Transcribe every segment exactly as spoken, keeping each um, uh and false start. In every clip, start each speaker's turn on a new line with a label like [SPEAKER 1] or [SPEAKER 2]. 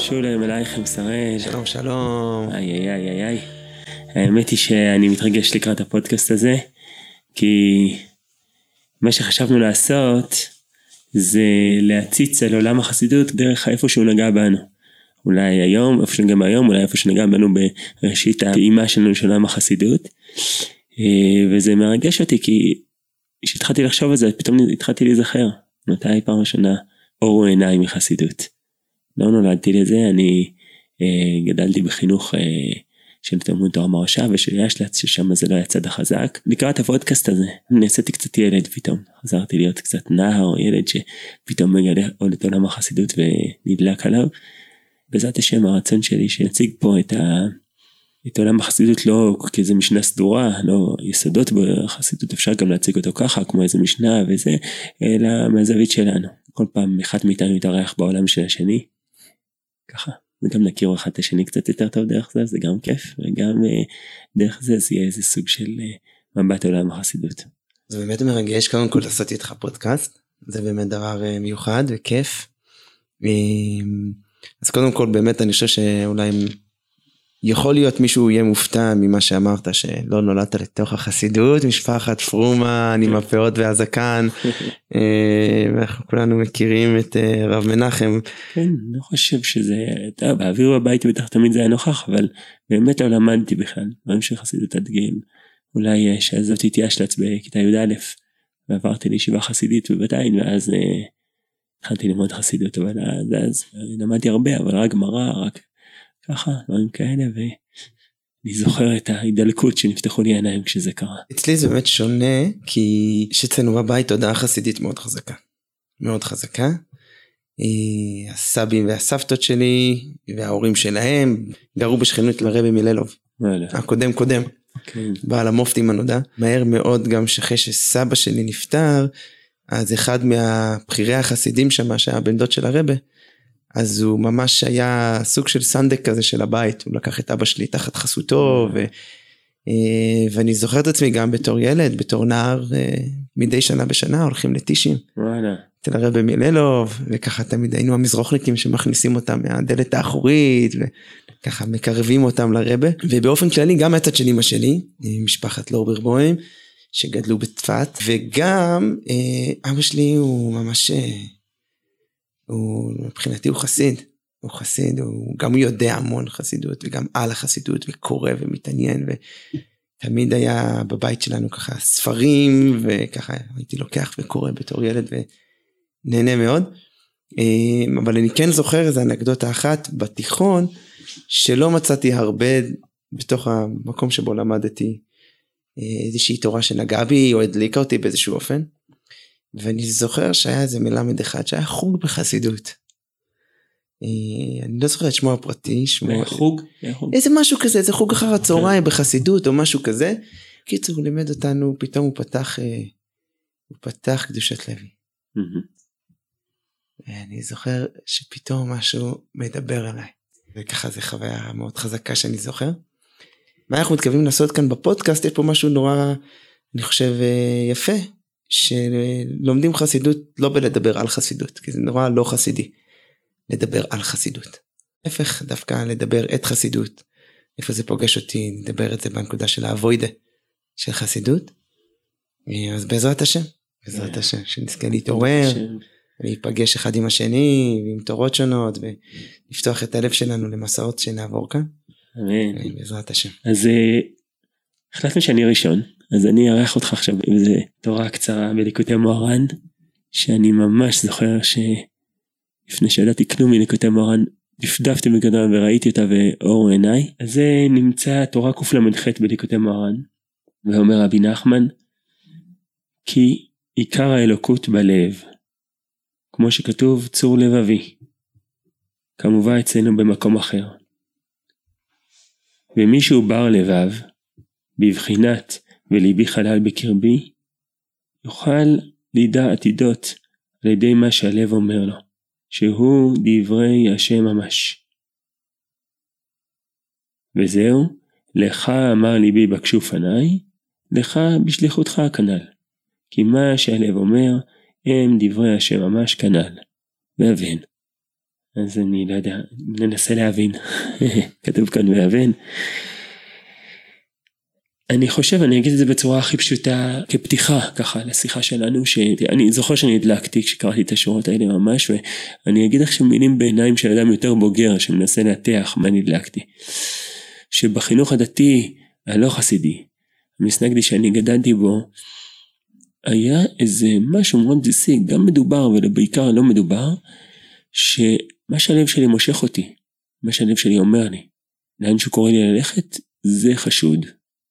[SPEAKER 1] שולם אלייכם שראל.
[SPEAKER 2] שלום שלום.
[SPEAKER 1] איי איי איי איי איי. האמת היא שאני מתרגש לקראת הפודקאסט הזה, כי מה שחשבנו לעשות זה להציץ על עולם החסידות דרך איפה שהוא נגע בנו. אולי היום, איפה שנגע היום, אולי איפה שנגע בנו בראשית הפעימה שלנו של עולם החסידות. וזה מרגש אותי כי כשהתחלתי לחשוב על זה, פתאום התחלתי להיזכר מתי פעם ראשונה אורו עיניי מחסידות. לא נולדתי לזה, אני אה, גדלתי בחינוך אה, של תלמוד תורה מרשה ושל ישל"צ, ששם זה לא היה צד החזק. לקראת הפודקאסט הזה, אני עשיתי קצת ילד פתאום, חזרתי להיות קצת נער, ילד שפתאום מגלה עוד את עולם החסידות ונדלק עליו. בעזרת השם הרצון שלי שנציג פה את, ה, את עולם החסידות לא כאיזה משנה סדורה, לא יסודות בחסידות, אפשר גם להציג אותו ככה, כמו איזה משנה וזה, אלא מהזווית שלנו. כל פעם אחד מאיתנו יתארח בעולם של השני. ככה, וגם נכיר אחד את השני קצת יותר טוב דרך זה, זה גם כיף, וגם uh, דרך זה זה יהיה איזה סוג של uh, מבט עולם החסידות.
[SPEAKER 2] זה באמת מרגש, קודם כל לעשות איתך פודקאסט, זה באמת דבר uh, מיוחד וכיף. אז קודם כל באמת אני חושב שאולי יכול להיות מישהו יהיה מופתע ממה שאמרת, שלא נולדת לתוך החסידות, משפחת פרומן עם הפאות והזקן, ואנחנו כולנו מכירים את רב מנחם.
[SPEAKER 1] כן, אני חושב שזה, טוב, באוויר בבית בטח תמיד זה היה נוכח, אבל באמת לא למדתי בכלל, דברים של חסידות עד גיל, אולי שעזבתי את ישל"צ בכיתה י' א', ועברתי לישיבה חסידית בבתיים, ואז התחלתי ללמוד חסידות, אבל אז למדתי הרבה, אבל רק גמרא, רק ככה, דברים כאלה, ואני זוכר את ההידלקות שנפתחו לי העיניים כשזה קרה.
[SPEAKER 2] אצלי זה באמת שונה, כי שאצלנו בבית תודעה חסידית מאוד חזקה. מאוד חזקה. הסבים והסבתות שלי, וההורים שלהם, גרו בשכנות לרבי מלילוב. הקודם קודם. בעל המופתים הנודע. מהר מאוד גם שאחרי שסבא שלי נפטר, אז אחד מהבחירי החסידים שם, שהיה בן דוד של הרבי, אז הוא ממש היה סוג של סנדק כזה של הבית, הוא לקח את אבא שלי תחת חסותו, ו, ואני זוכר את עצמי גם בתור ילד, בתור נער, מדי שנה בשנה הולכים לטישים, אצל הרבי מלילוב, וככה תמיד היינו המזרוחניקים שמכניסים אותם מהדלת האחורית, וככה מקרבים אותם לרבי, ובאופן כללי גם מהצד של אמא שלי, משפחת לורברבוים, שגדלו בצפת, וגם אבא שלי הוא ממש... הוא, מבחינתי הוא חסיד, הוא חסיד, הוא גם הוא יודע המון חסידות, וגם על החסידות, וקורא ומתעניין, ותמיד היה בבית שלנו ככה ספרים, וככה הייתי לוקח וקורא בתור ילד, ונהנה מאוד, אבל אני כן זוכר איזו אנקדוטה אחת, בתיכון, שלא מצאתי הרבה, בתוך המקום שבו למדתי, איזושהי תורה שנגעה בי, או הדליקה אותי באיזשהו אופן, ואני זוכר שהיה איזה מלמד אחד שהיה חוג בחסידות. אני לא זוכר את שמו הפרטי, שמו...
[SPEAKER 1] חוג?
[SPEAKER 2] איזה משהו כזה, איזה חוג אחר הצהריים בחסידות או משהו כזה. קיצור, הוא לימד אותנו, פתאום הוא פתח, הוא פתח קדושת לוי. ואני זוכר שפתאום משהו מדבר עליי. וככה זה חוויה מאוד חזקה שאני זוכר. מה אנחנו מתכוונים לעשות כאן בפודקאסט, יש פה משהו נורא, אני חושב, יפה. שלומדים חסידות לא בלדבר על חסידות, כי זה נורא לא חסידי, לדבר על חסידות. הפך דווקא לדבר את חסידות, איפה זה פוגש אותי, לדבר את זה בנקודה של האבוידה, של חסידות, אז בעזרת השם, בעזרת השם, שנזכה להתעורר, להיפגש אחד עם השני, ועם תורות שונות, ולפתוח את הלב שלנו למסעות שנעבור כאן,
[SPEAKER 1] אמן.
[SPEAKER 2] בעזרת השם.
[SPEAKER 1] אז החלטנו שאני ראשון, אז אני ארח אותך עכשיו עם איזה תורה קצרה בליקוטי מוהר"ן, שאני ממש זוכר שלפני שידעתי כלום מליקוטי מוהר"ן, דפדפתי בגדול וראיתי אותה ואור עיניי. אז זה נמצא תורה קל"ח בליקוטי מוהר"ן, ואומר רבי נחמן, כי עיקר האלוקות בלב, כמו שכתוב צור לבבי, כמובן אצלנו במקום אחר. ומישהו בר לבב, בבחינת וליבי חלל בקרבי, יוכל לידע עתידות על ידי מה שהלב אומר לו, שהוא דברי השם ממש. וזהו, לך אמר ליבי בקשו פניי, לך בשליחותך כנל. כי מה שהלב אומר, הם דברי השם ממש כנל. והבין. אז אני לא יודע, ננסה להבין, כתוב כאן להבין. אני חושב, אני אגיד את זה בצורה הכי פשוטה, כפתיחה ככה לשיחה שלנו, שאני זוכר שאני הדלקתי כשקראתי את השורות האלה ממש, ואני אגיד לך שמילים בעיניים של אדם יותר בוגר, שמנסה להתח מה נדלקתי. שבחינוך הדתי, הלא חסידי, המסנגדי שאני גדלתי בו, היה איזה משהו מאוד בסיסי, גם מדובר ובעיקר לא מדובר, שמה שהלב שלי מושך אותי, מה שהלב שלי אומר לי, לאן שהוא קורא לי ללכת, זה חשוד.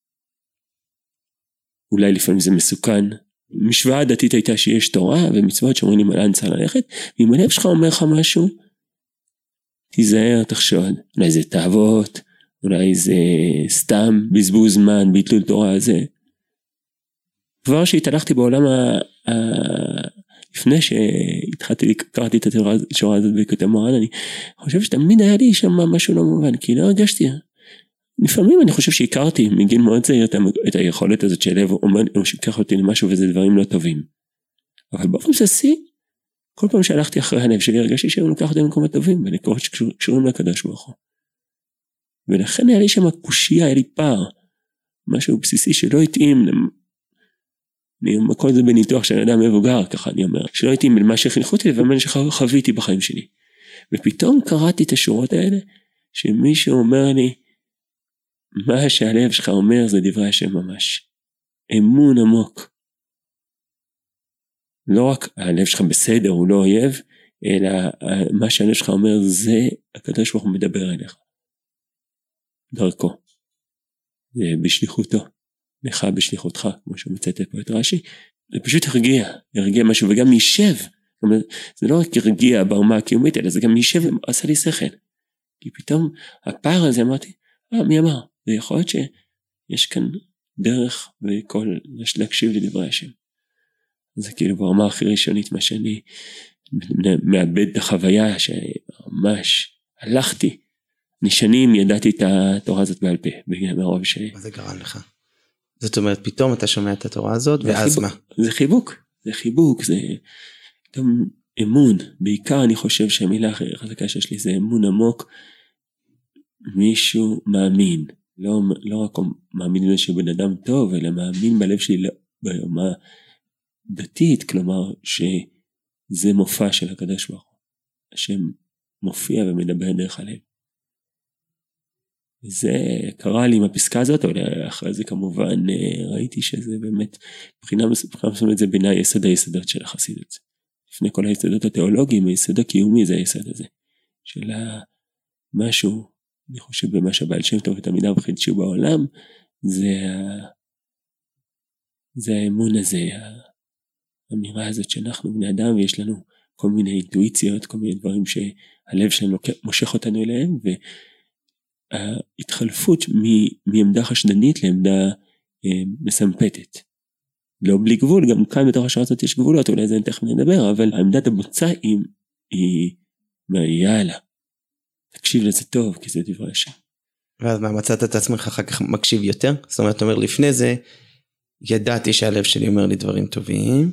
[SPEAKER 1] אולי לפעמים זה מסוכן. משוואה דתית הייתה שיש תורה ומצוות שאומרים לי מה לאן צריך ללכת, ואם הלב שלך אומר לך משהו, תיזהר, תחשוד. אולי זה תאוות, אולי זה סתם בזבוז זמן, ביטול תורה, זה. כבר שהתהלכתי בעולם ה... ה... לפני שהתחלתי, קראתי את התורה הזאת בקוטע מורן, אני חושב שתמיד היה לי שם משהו לא מובן, כי לא הרגשתי. לפעמים אני חושב שהכרתי מגיל מאוד צעיר את היכולת הזאת שהלב אומר, הוא שיקח אותי למשהו וזה דברים לא טובים. אבל באופן בסיסי, כל פעם שהלכתי אחרי הלב שלי, הרגשתי שהוא לוקח אותי למקומות טובים, ולקורות שקשורים לקדוש ברוך הוא. ולכן היה לי שם קושיה, היה לי פער, משהו בסיסי שלא התאים, אני אומר כל זה בניתוח של אדם מבוגר, ככה אני אומר, שלא התאים למה שחינכו אותי, ומה שחוויתי בחיים שלי. ופתאום קראתי את השורות האלה, שמישהו אומר לי, מה שהלב שלך אומר זה דברי השם ממש. אמון עמוק. לא רק הלב שלך בסדר, הוא לא אויב, אלא מה שהלב שלך אומר זה הקדוש ברוך הוא מדבר אליך. דרכו. זה בשליחותו. לך בשליחותך, כמו שמצאת פה את רש"י. זה פשוט הרגיע, הרגיע משהו, וגם יישב. זאת אומרת, זה לא רק הרגיע ברמה הקיומית, אלא זה גם יישב ועשה לי שכל. כי פתאום הפער הזה אמרתי, אה, מי אמר? זה יכול להיות שיש כאן דרך וכל להקשיב לדברי השם. זה כאילו ברמה הכי ראשונית מה שאני מאבד את החוויה שממש הלכתי. אני שנים ידעתי את התורה הזאת בעל פה, בגלל מהרוב שלי.
[SPEAKER 2] מה זה גרם לך? זאת אומרת, פתאום אתה שומע את התורה הזאת, ואז מה?
[SPEAKER 1] זה חיבוק, זה חיבוק, זה גם אמון. בעיקר אני חושב שהמילה הכי חזקה שיש לי זה אמון עמוק, מישהו מאמין. לא, לא רק מאמין שבן אדם טוב, אלא מאמין בלב שלי ברמה דתית, כלומר שזה מופע של הקדוש ברוך הוא. השם מופיע ומדבר דרך הלב. זה קרה לי עם הפסקה הזאת, אבל אחרי זה כמובן ראיתי שזה באמת, מבחינה מסוימת זה ביני יסוד היסודות של החסידות. לפני כל היסודות התיאולוגיים, היסוד הקיומי זה היסוד הזה. של משהו, אני חושב במה שהבעל שם טוב את המידה וחידשו בעולם, זה, זה האמון הזה, האמירה הזאת שאנחנו בני אדם, ויש לנו כל מיני אינטואיציות, כל מיני דברים שהלב שלנו מושך אותנו אליהם, וההתחלפות מעמדה חשדנית לעמדה אה, מסמפתת. לא בלי גבול, גם כאן בתוך השעה הזאת יש גבולות, אולי זה תכף נדבר, אבל עמדת המוצא היא, היא יאללה. תקשיב לזה טוב, כי זה דברי השם.
[SPEAKER 2] ואז מה, מצאת את עצמך אחר כך מקשיב יותר? זאת אומרת, אתה אומר, לפני זה, ידעתי שהלב שלי אומר לי דברים טובים,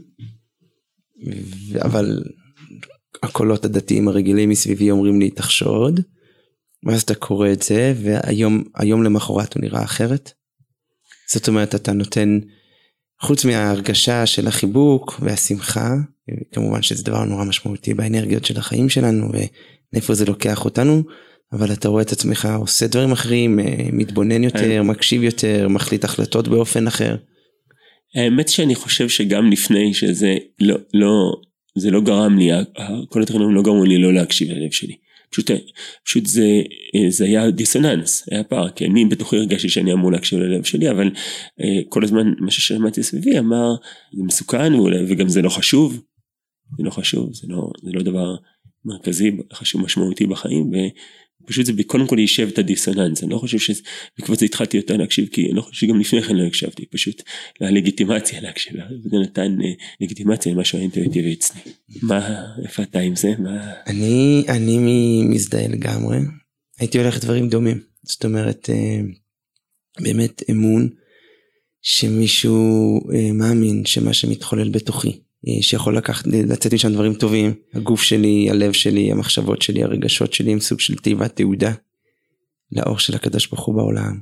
[SPEAKER 2] אבל הקולות הדתיים הרגילים מסביבי אומרים לי, תחשוד, ואז אתה קורא את זה, והיום היום למחרת הוא נראה אחרת. זאת אומרת, אתה נותן, חוץ מההרגשה של החיבוק והשמחה, כמובן שזה דבר נורא משמעותי באנרגיות של החיים שלנו, ואיפה זה לוקח אותנו, אבל אתה רואה את עצמך, עושה דברים אחרים, מתבונן יותר, מקשיב יותר, מחליט החלטות באופן אחר.
[SPEAKER 1] האמת שאני חושב שגם לפני שזה לא, לא, זה לא גרם לי, כל הדברים לא גרמו לי לא להקשיב ללב שלי. פשוט, פשוט זה, זה היה דיסוננס, היה פער, כי אני בתוכי הרגשתי שאני אמור להקשיב ללב שלי, אבל כל הזמן מה ששמעתי סביבי אמר, זה מסוכן, וגם זה לא חשוב, זה לא חשוב, זה לא, זה לא דבר מרכזי, חשוב משמעותי בחיים, ופשוט זה קודם כל יישב את הדיסוננס, אני לא חושב שבקבוצה זה התחלתי יותר להקשיב, כי אני לא חושב שגם לפני כן לא הקשבתי, פשוט ללגיטימציה להקשיב, וזה נתן לגיטימציה למשהו האינטואיטיבי אצלי. מה, איפה אתה עם זה? מה...
[SPEAKER 2] אני, אני מזדהה לגמרי, הייתי הולך דברים דומים, זאת אומרת, באמת אמון, שמישהו מאמין שמה שמתחולל בתוכי, שיכול לקחת, לצאת משם דברים טובים, הגוף שלי, הלב שלי, המחשבות שלי, הרגשות שלי, הם סוג של תיבת תעודה, לאור של הקדוש ברוך הוא בעולם.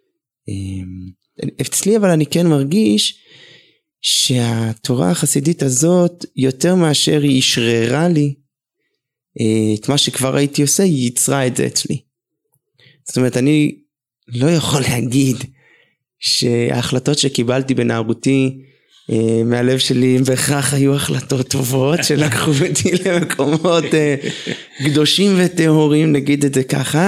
[SPEAKER 2] אצלי אבל אני כן מרגיש, שהתורה החסידית הזאת, יותר מאשר היא ישררה לי, את מה שכבר הייתי עושה, היא יצרה את זה אצלי. זאת אומרת, אני לא יכול להגיד, שההחלטות שקיבלתי בנערותי, מהלב שלי, אם בהכרח היו החלטות טובות, שלקחו אותי למקומות קדושים וטהורים, נגיד את זה ככה,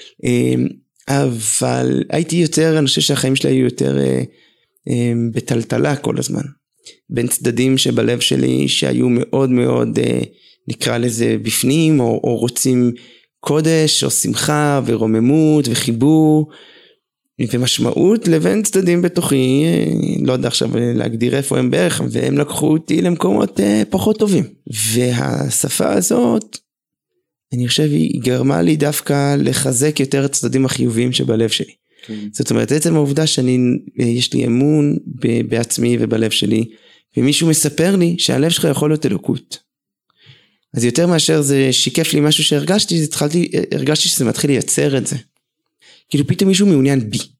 [SPEAKER 2] אבל הייתי יותר, אני חושב שהחיים שלי היו יותר בטלטלה כל הזמן, בין צדדים שבלב שלי, שהיו מאוד מאוד, נקרא לזה בפנים, או, או רוצים קודש, או שמחה, ורוממות, וחיבור, ומשמעות, לבין צדדים בתוכי, לא יודע עכשיו להגדיר איפה הם בערך, והם לקחו אותי למקומות פחות טובים. והשפה הזאת, אני חושב, היא גרמה לי דווקא לחזק יותר את הצדדים החיוביים שבלב שלי. כן. זאת אומרת, עצם העובדה שאני, יש לי אמון בעצמי ובלב שלי, ומישהו מספר לי שהלב שלך יכול להיות אלוקות. אז יותר מאשר זה שיקף לי משהו שהרגשתי, התחלתי, הרגשתי שזה מתחיל לייצר את זה. כאילו פתאום מישהו מעוניין בי.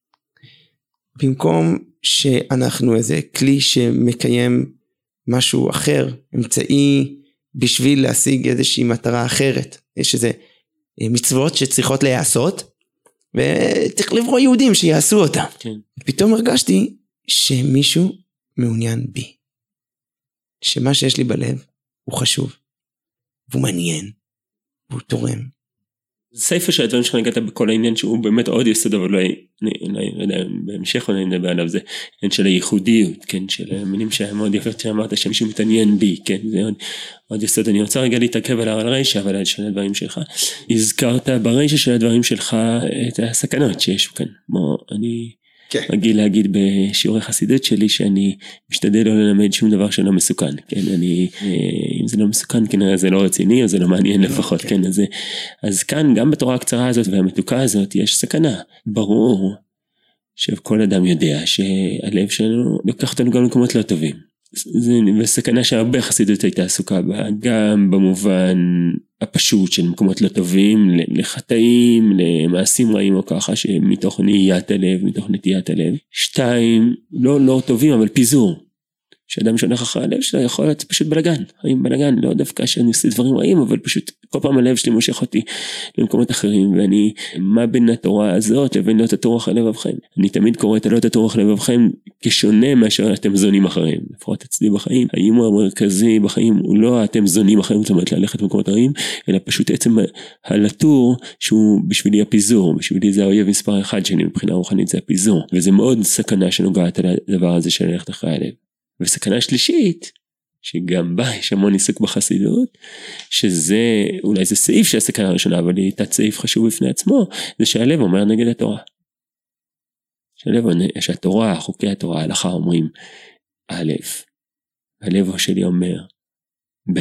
[SPEAKER 2] במקום שאנחנו איזה כלי שמקיים משהו אחר, אמצעי בשביל להשיג איזושהי מטרה אחרת. יש איזה מצוות שצריכות להיעשות, וצריך לברוא יהודים שיעשו אותה. כן. פתאום הרגשתי שמישהו מעוניין בי. שמה שיש לי בלב הוא חשוב, והוא מעניין, והוא תורם.
[SPEAKER 1] סייפה של הדברים שלך נגעת בכל העניין שהוא באמת עוד יסוד, אבל אולי, אני לא יודע, בהמשך אני מדבר עליו, זה עניין של הייחודיות, כן, של מילים שהיה מאוד יפות שאמרת שמישהו מתעניין בי, כן, זה עוד, עוד יסוד. אני רוצה רגע להתעכב על הרשע, אבל על של הדברים שלך. הזכרת ברשע של הדברים שלך את הסכנות שיש כאן. בוא, אני כן. רגיל להגיד בשיעורי חסידות שלי שאני משתדל לא ללמד שום דבר שלא מסוכן, כן, אני, אם זה לא מסוכן כנראה זה לא רציני או זה לא מעניין לפחות, כן, אז, אז כאן גם בתורה הקצרה הזאת והמתוקה הזאת יש סכנה, ברור שכל אדם יודע שהלב שלנו לוקח אותנו גם למקומות לא טובים, זה סכנה שהרבה חסידות הייתה עסוקה בה, גם במובן הפשוט של מקומות לא טובים, לחטאים, למעשים רעים או ככה, שמתוך נהיית הלב, מתוך נטיית הלב. שתיים, לא, לא טובים, אבל פיזור. שאדם שהולך אחרי הלב שלו יכול להיות פשוט בלגן, חיים בלגן, לא דווקא שאני עושה דברים רעים, אבל פשוט כל פעם הלב שלי מושך אותי למקומות אחרים, ואני, מה בין התורה הזאת לבין לא תטורח על לבבכם? אני תמיד קורא את לא תטורח על לבבכם כשונה מאשר אתם זונים אחרים, לפחות אצלי בחיים, האיום המרכזי בחיים הוא לא אתם זונים אחרים, זאת אומרת ללכת במקומות רעים, אלא פשוט עצם הלטור שהוא בשבילי הפיזור, בשבילי זה האויב מספר אחד שלי מבחינה רוחנית זה הפיזור, וזה מאוד סכנה שנוגעת על הדבר הזה של ללכת אחרי הלב. וסכנה שלישית, שגם בה יש המון עיסוק בחסידות, שזה, אולי זה סעיף של הסכנה הראשונה, אבל היא תת סעיף חשוב בפני עצמו, זה שהלב אומר נגד התורה. שהלב, שהתורה, חוקי התורה, ההלכה אומרים, א', הלב שלי אומר, ב',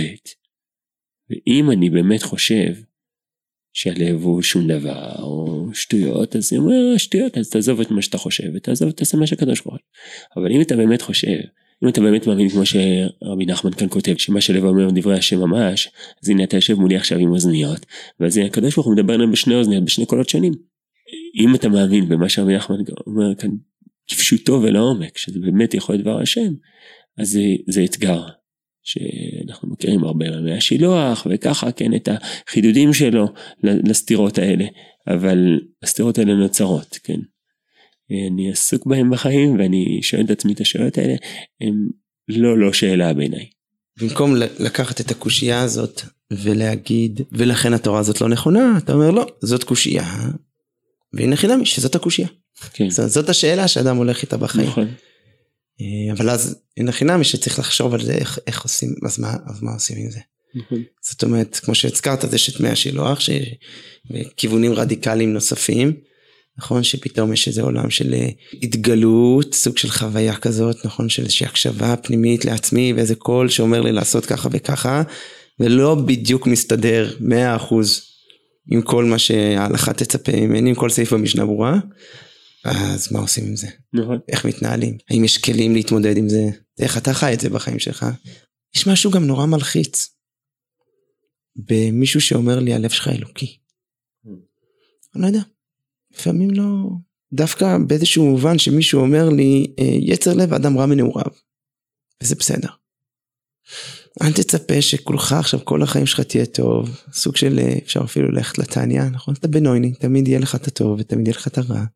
[SPEAKER 1] ואם אני באמת חושב, שהלב הוא שום דבר, או שטויות, אז היא אומר, שטויות, אז תעזוב את מה שאתה חושב, ותעזוב את מה שהקדוש ברוך הוא. אבל אם אתה באמת חושב, אם אתה באמת מאמין כמו שרבי נחמן כאן כותב, שמה שלב אומר דברי השם ממש, אז הנה אתה יושב מולי עכשיו עם אוזניות, ואז הנה הקדוש ברוך הוא מדבר להם בשני אוזניות, בשני קולות שונים. אם אתה מאמין במה שרבי נחמן אומר כאן, כפשוטו ולעומק, שזה באמת יכול להיות דבר השם, אז זה, זה אתגר, שאנחנו מכירים הרבה מהשילוח, וככה כן את החידודים שלו לסתירות האלה, אבל הסתירות האלה נוצרות, כן. אני עסוק בהם בחיים, ואני שואל את עצמי את השאלות האלה, הם לא לא שאלה בעיניי.
[SPEAKER 2] במקום לקחת את הקושייה הזאת, ולהגיד, ולכן התורה הזאת לא נכונה, אתה אומר לא, זאת קושייה, והנה חינמי שזאת הקושייה. כן. זאת, זאת השאלה שאדם הולך איתה בחיים. נכון. אבל אז הנה חינמי שצריך לחשוב על זה, איך, איך עושים, אז מה, אז מה עושים עם זה? נכון. זאת אומרת, כמו שהזכרת, זה שאת מי השילוח, וכיוונים רדיקליים נוספים, נכון, שפתאום יש איזה עולם של התגלות, סוג של חוויה כזאת, נכון, של איזושהי הקשבה פנימית לעצמי, ואיזה קול שאומר לי לעשות ככה וככה, ולא בדיוק מסתדר מאה אחוז עם כל מה שההלכה תצפה ממני, עם כל סעיף במשנה ברורה, אז מה עושים עם זה? נכון. איך מתנהלים? האם יש כלים להתמודד עם זה? איך אתה חי את זה בחיים שלך, יש משהו גם נורא מלחיץ, במישהו שאומר לי, הלב שלך אלוקי. אני לא יודע, לפעמים לא, דווקא באיזשהו מובן שמישהו אומר לי, יצר לב אדם רע מנעוריו, וזה בסדר. אל תצפה שכולך עכשיו כל החיים שלך תהיה טוב, סוג של אפשר אפילו ללכת לתניה, נכון? אתה בנויני, תמיד יהיה לך את הטוב ותמיד יהיה לך את הרע.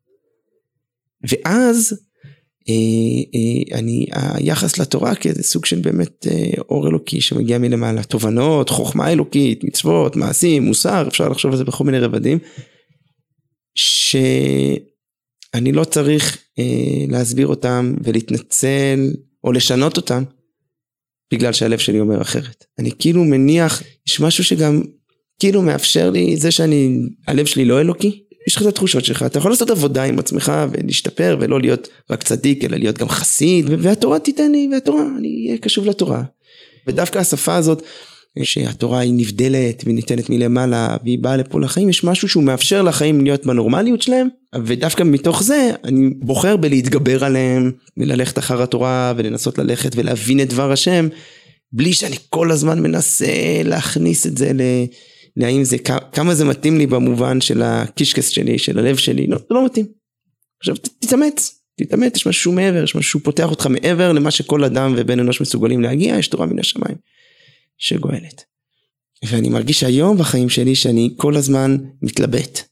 [SPEAKER 2] ואז אה, אה, אני, היחס לתורה כאיזה סוג של באמת אה, אור אלוקי שמגיע מלמעלה, תובנות, חוכמה אלוקית, מצוות, מעשים, מוסר, אפשר לחשוב על זה בכל מיני רבדים, שאני לא צריך אה, להסביר אותם ולהתנצל או לשנות אותם, בגלל שהלב שלי אומר אחרת. אני כאילו מניח, יש משהו שגם כאילו מאפשר לי, זה שאני, הלב שלי לא אלוקי, יש לך את התחושות שלך, אתה יכול לעשות עבודה עם עצמך ולהשתפר ולא להיות רק צדיק, אלא להיות גם חסיד, והתורה תיתן לי, והתורה, אני אהיה קשוב לתורה. ודווקא השפה הזאת, שהתורה היא נבדלת וניתנת מלמעלה, והיא באה לפה לחיים, יש משהו שהוא מאפשר לחיים להיות בנורמליות שלהם, ודווקא מתוך זה אני בוחר בלהתגבר עליהם, וללכת אחר התורה, ולנסות ללכת ולהבין את דבר השם, בלי שאני כל הזמן מנסה להכניס את זה, להאם זה, כמה זה מתאים לי במובן של הקישקס שלי, של הלב שלי, לא, זה לא מתאים. עכשיו תתאמץ, תתאמץ, יש משהו מעבר, יש משהו פותח אותך מעבר, למה שכל אדם ובן אנוש מסוגלים להגיע, יש תורה מן השמיים. שגואלת. ואני מרגיש היום בחיים שלי שאני כל הזמן מתלבט.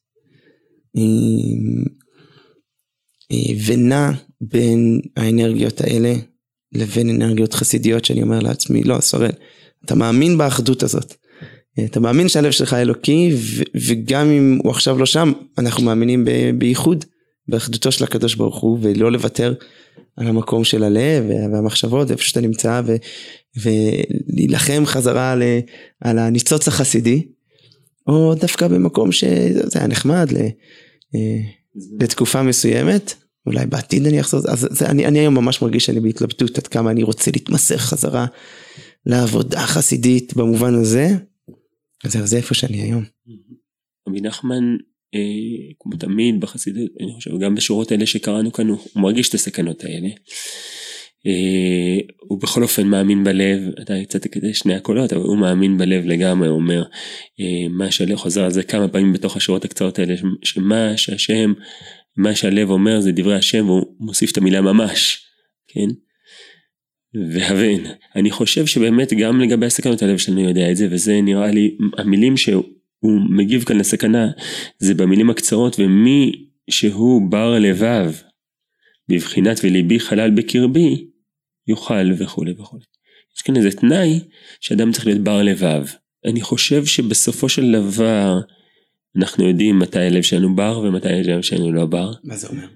[SPEAKER 2] ונע בין האנרגיות האלה לבין אנרגיות חסידיות שאני אומר לעצמי, לא, סורל, אתה מאמין באחדות הזאת. אתה מאמין שהלב שלך אלוקי, וגם אם הוא עכשיו לא שם, אנחנו מאמינים בייחוד, באחדותו של הקדוש ברוך הוא, ולא לוותר על המקום של הלב והמחשבות, איפה שאתה נמצא, ו, ולהילחם חזרה על, על הניצוץ החסידי, או דווקא במקום שזה היה נחמד לתקופה מסוימת, אולי בעתיד אני אחזור, אז זה, אני, אני היום ממש מרגיש שאני בהתלבטות, עד כמה אני רוצה להתמסך חזרה לעבודה חסידית במובן הזה, אז זה איפה שאני היום.
[SPEAKER 1] רבי נחמן, אה, כמו תמיד בחסידות, אני חושב, גם בשורות האלה שקראנו כאן, הוא מרגיש את הסכנות האלה. אה, הוא בכל אופן מאמין בלב, אתה קצת כדי שני הקולות, אבל הוא מאמין בלב לגמרי, הוא אומר, אה, מה שהלב חוזר על זה כמה פעמים בתוך השורות הקצרות האלה, שמה שהשם, מה שהלב אומר זה דברי השם, והוא מוסיף את המילה ממש, כן? והבן, אני חושב שבאמת גם לגבי הסכנות הלב שלנו יודע את זה, וזה נראה לי, המילים שהוא מגיב כאן לסכנה, זה במילים הקצרות, ומי שהוא בר לבב, בבחינת וליבי חלל בקרבי, יוכל וכו' וכו'. יש כאן איזה תנאי, שאדם צריך להיות בר לבב. אני חושב שבסופו של דבר, אנחנו יודעים מתי הלב שלנו בר, ומתי הלב שלנו לא בר.
[SPEAKER 2] מה זה אומר?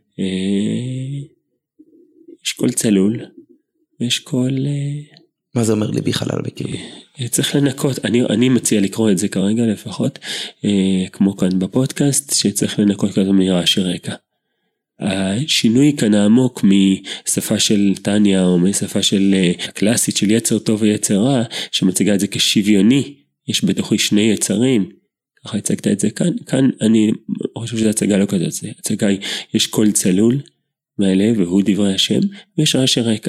[SPEAKER 1] יש כל צלול, יש כל...
[SPEAKER 2] מה זה אומר ליבי חלל בקרבי?
[SPEAKER 1] צריך לנקות, אני, אני מציע לקרוא את זה כרגע לפחות, כמו כאן בפודקאסט, שצריך לנקות כזה מרעשי רקע. השינוי כאן העמוק משפה של טניה, או משפה של הקלאסית של יצר טוב ויצר רע, שמציגה את זה כשוויוני, יש בתוכי שני יצרים, ככה הצגת את זה כאן, כאן אני חושב שזו הצגה לא כזאת, זה הצגה היא, יש קול צלול מהלב, והוא דברי השם, ויש רעשי רקע.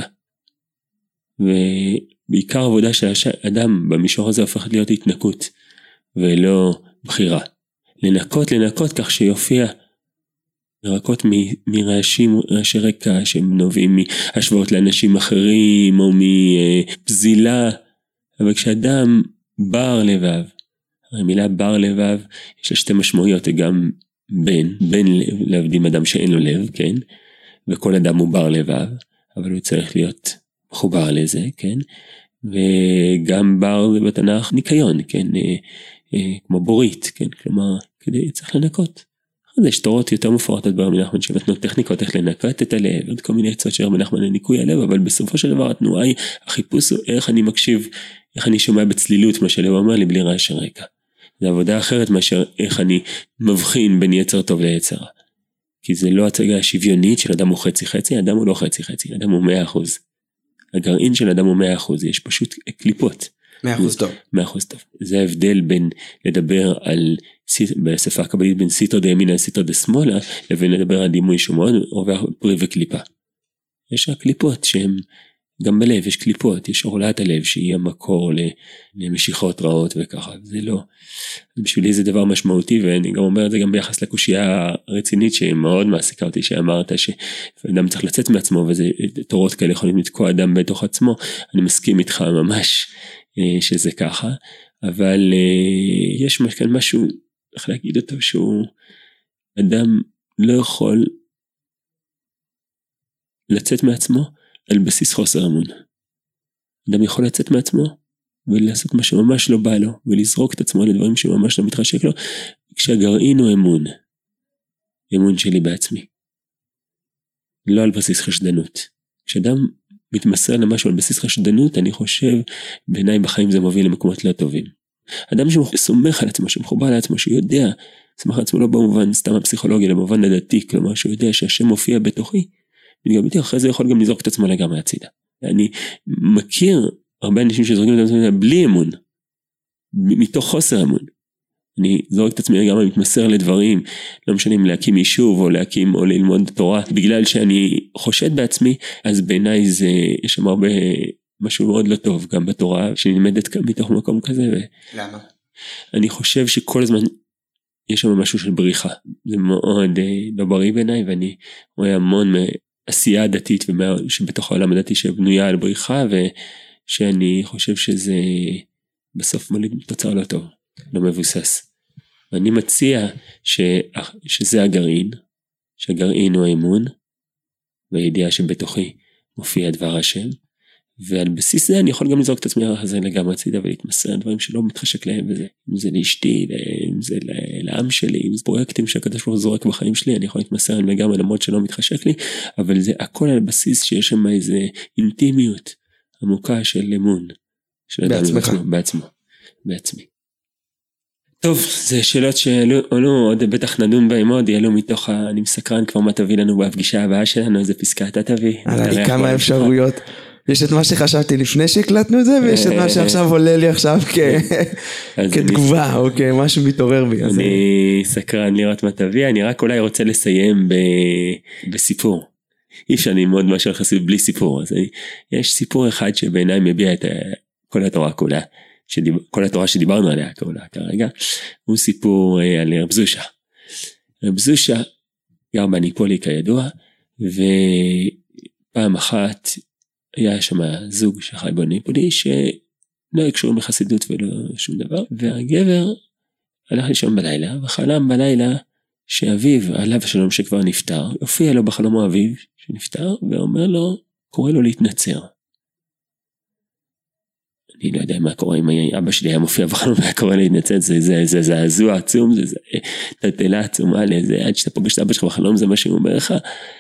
[SPEAKER 1] ובעיקר עבודה של האדם במישור הזה הופכת להיות התנקות, ולא בחירה. לנקות, לנקות כך שיופיע לרקות מרעשים, רעשי רקע שהם נובעים מהשוואות לאנשים אחרים, או מפזילה, אבל כשאדם בר לבב, המילה בר לבב, יש לה שתי משמעויות, גם בין, בין להבדיל אדם שאין לו לב, כן? וכל אדם הוא בר לבב, אבל הוא צריך להיות מחובר לזה, כן? וגם בר בתנ"ך ניקיון, כן? כמו בורית, כן? כלומר, כדי צריך לנקות. אז יש תורות יותר מפורטות ברבי נחמן שנתנו טכניקות איך לנקות את הלב, עוד כל מיני עצות של רבי נחמן לניקוי הלב, אבל בסופו של דבר התנועה היא, החיפוש הוא איך אני מקשיב, איך אני שומע בצלילות מה שלב אומר לי בלי רעשי רקע. זה עבודה אחרת מאשר איך אני מבחין בין יצר טוב ליצר רע. כי זה לא הצגה השוויונית של אדם הוא חצי חצי, אדם הוא לא חצי חצי, אדם הוא מאה אחוז. הגרעין של אדם הוא מאה אחוז, יש פשוט קליפות.
[SPEAKER 2] מאה אחוז טוב.
[SPEAKER 1] מאה אחוז טוב. זה ההבדל בין לדבר על, בשפה הקבלית בין סיטר דה ימינה לסיטר דה שמאלה, לבין לדבר על דימוי שהוא מאוד עובר פרי וקליפה. יש הקליפות שהן גם בלב יש קליפות, יש עורלת הלב שהיא המקור למשיכות רעות וככה, זה לא. בשבילי זה דבר משמעותי, ואני גם אומר את זה גם ביחס לקושייה הרצינית שהיא מאוד מעסיקה אותי, שאמרת שאדם צריך לצאת מעצמו, וזה תורות כאלה יכולים לתקוע אדם בתוך עצמו, אני מסכים איתך ממש שזה ככה, אבל יש כאן משהו, איך להגיד אותו, שהוא אדם לא יכול לצאת מעצמו על בסיס חוסר אמון. אדם יכול לצאת מעצמו ולעשות מה שממש לא בא לו, ולזרוק את עצמו לדברים שממש לא מתחשק לו, כשהגרעין הוא אמון, אמון שלי בעצמי, לא על בסיס חשדנות. כשאדם מתמסר למשהו על בסיס חשדנות, אני חושב, בעיניי בחיים זה מוביל למקומות לא טובים. אדם שסומך על עצמו, שמחובר על עצמו, שיודע, סומך על עצמו לא במובן סתם הפסיכולוגיה, אלא במובן הדתי, כלומר שהוא יודע שהשם מופיע בתוכי, וגם איתי אחרי זה יכול גם לזרוק את עצמו לגמרי הצידה. אני מכיר הרבה אנשים שזורקים את עצמם בלי אמון, מתוך חוסר אמון. אני זורק את עצמי לגמרי, מתמסר לדברים, לא משנה אם להקים יישוב או להקים או ללמוד תורה, בגלל שאני חושד בעצמי, אז בעיניי זה, יש שם הרבה משהו מאוד לא טוב, גם בתורה שנלמדת מתוך מקום כזה. ו...
[SPEAKER 2] למה?
[SPEAKER 1] אני חושב שכל הזמן יש שם משהו של בריחה, זה מאוד לא בריא בעיניי, ואני רואה המון עשייה דתית שבתוך העולם הדתי שבנויה על בריחה, ושאני חושב שזה בסוף מוליד תוצר לא טוב, לא מבוסס. ואני מציע ש... שזה הגרעין, שהגרעין הוא האמון, והידיעה שבתוכי מופיע דבר השם, ועל בסיס זה אני יכול גם לזרוק את עצמי הזה לגמרי הצידה, ולהתמסר על דברים שלא מתחשק להם, וזה, אם זה לאשתי, אם זה לעם שלי, אם זה פרויקטים שהקדוש ברוך הוא זורק בחיים שלי, אני יכול להתמסר עליהם לגמרי למרות שלא מתחשק לי, אבל זה הכל על בסיס שיש שם איזה אינטימיות עמוקה של אמון, של
[SPEAKER 2] בעצמך.
[SPEAKER 1] בעצמו, בעצמו, בעצמי. טוב, זה שאלות שעלו, עוד בטח נדון בהם עוד, יעלו מתוך, אני מסקרן כבר מה תביא לנו בפגישה הבאה שלנו, איזה פסקה אתה תביא.
[SPEAKER 2] עלה לי כמה אפשרויות. יש את מה שחשבתי לפני שהקלטנו את זה, ויש את מה שעכשיו עולה לי עכשיו כתגובה, או כמשהו מתעורר בי.
[SPEAKER 1] אני סקרן לראות מה תביא, אני רק אולי רוצה לסיים בסיפור. אי אפשר ללמוד משהו יחסית בלי סיפור, אז יש סיפור אחד שבעיניי מביע את כל התורה כולה, כל התורה שדיברנו עליה כולה כרגע, הוא סיפור על רב זושה. רב זושה גר בניפולי כידוע, ופעם אחת היה שם זוג שחי בניפולי, שלא הקשורים לחסידות ולא שום דבר, והגבר הלך לישון בלילה, וחלם בלילה שאביו, עליו השלום שכבר נפטר, הופיע לו בחלומו אביו שנפטר, ואומר לו, קורא לו להתנצר. אני לא יודע מה קורה, אם אבא שלי היה מופיע בחלום, היה קורא להתנצר, זה, זה, זה, זה הזוע עצום, זה, זה, תטלה עצומה, זה, עד שאתה פוגש את אבא שלך בחלום, זה מה שהוא אומר לך,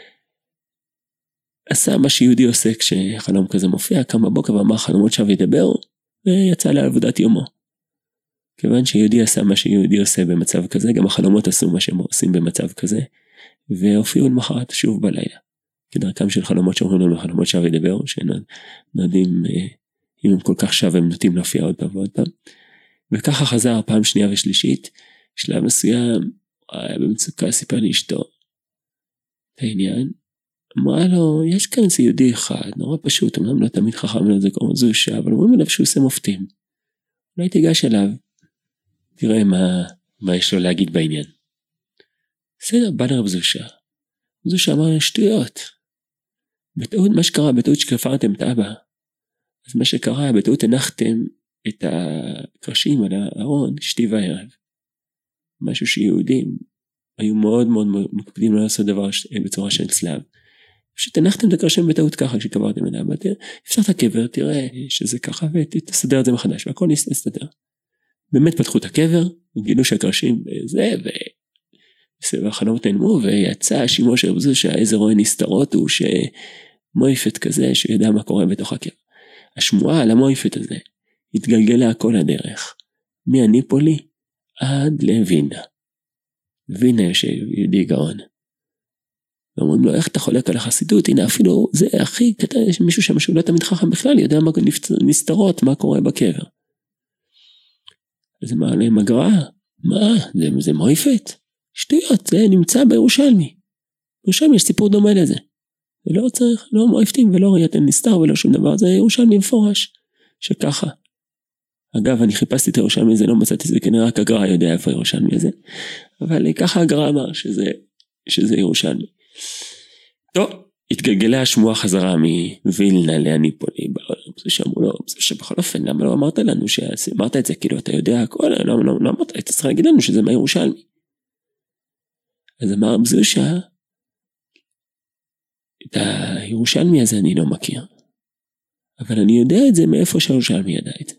[SPEAKER 1] עשה מה שיהודי עושה כשחלום כזה מופיע, קם בבוקר ואמר חלומות שב ידבר, ויצא לעבודת יומו. כיוון שיהודי עשה מה שיהודי עושה במצב כזה, גם החלומות עשו מה שהם עושים במצב כזה, והופיעו למחרת שוב בלילה. כדרכם של חלומות שאומרים לנו חלומות שב ידבר, שנודעים, אם הם כל כך שב, הם נוטים להופיע עוד פעם ועוד פעם. וככה חזר פעם שנייה ושלישית, שלב מסוים, היה במצוקה, סיפר לאשתו את העניין, אמרה לו, יש כאן זה יהודי אחד, נורא פשוט, אמנם לא תמיד חכם לו, זה קוראים זושה, אבל אומרים עליו שהוא עושה מופתים. אולי תיגש אליו, תראה מה, מה יש לו להגיד בעניין. בסדר, בא לרב זושה. זושה אמר, שטויות. בטעות, מה שקרה, בטעות שכפרתם את אבא. אז מה שקרה, בטעות הנחתם את הקרשים על הארון, שתי וערב. משהו שיהודים היו מאוד מאוד מקפידים לא לעשות דבר בצורה של צלב. פשוט הנחתם את הקרשים בטעות ככה כשקברתם את אבא, אפשר את הקבר, תראה שזה ככה ותסדר את זה מחדש, והכל נסתדר. באמת פתחו את הקבר, וגילו שהקרשים זה, והחלומות נעלמו, ויצא שימו של זה שהאיזה רואה נסתרות הוא שמויפת כזה, שידע מה קורה בתוך הקבר. השמועה על המויפת הזה, התגלגלה כל הדרך, מהניפולי עד לווינה. וינה יש יהודי גאון. ואומרים לו, איך אתה חולק על החסידות? הנה אפילו זה הכי קטן, יש מישהו שם שהוא לא תמיד חכם בכלל, יודע מה נסתרות, מה קורה בקבר. אז מה עליהם הגרעה? מה? זה, זה מויפת? שטויות, זה נמצא בירושלמי. בירושלמי יש סיפור דומה לזה. ולא צריך, לא מועפתים ולא ראייתן נסתר ולא שום דבר, זה ירושלמי מפורש, שככה. אגב, אני חיפשתי את ירושלמי, זה לא מצאתי, זה כנראה רק הגר"א יודע איפה ירושלמי הזה, אבל ככה הגר"א אמר שזה, שזה ירושלמי. טוב, התגלגלה השמועה חזרה מווילנה לאניפולי, זה שאמרו לו, זה שבכל אופן, למה לא אמרת לנו, שאמרת את זה, כאילו אתה יודע הכל, לא, לא, לא, לא אמרת, אתה צריך להגיד לנו שזה מהירושלמי. אז אמר רב זושה, את הירושלמי הזה אני לא מכיר, אבל אני יודע את זה מאיפה שהירושלמי ידע את זה.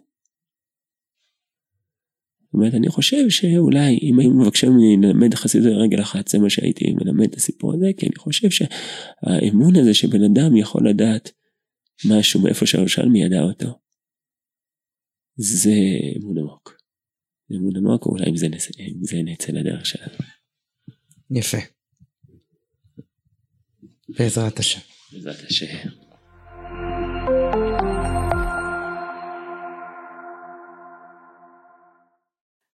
[SPEAKER 1] זאת אומרת, אני חושב שאולי אם היינו מבקשים ללמד חסידות רגל אחת, זה מה שהייתי מלמד את הסיפור הזה, כי אני חושב שהאמון הזה שבן אדם יכול לדעת משהו מאיפה שהירושלמי ידע אותו, זה אמון עמוק. זה אמון עמוק, אולי אם זה, אם זה נצא לדרך שלנו.
[SPEAKER 2] יפה. בעזרת השם.
[SPEAKER 1] בעזרת השם.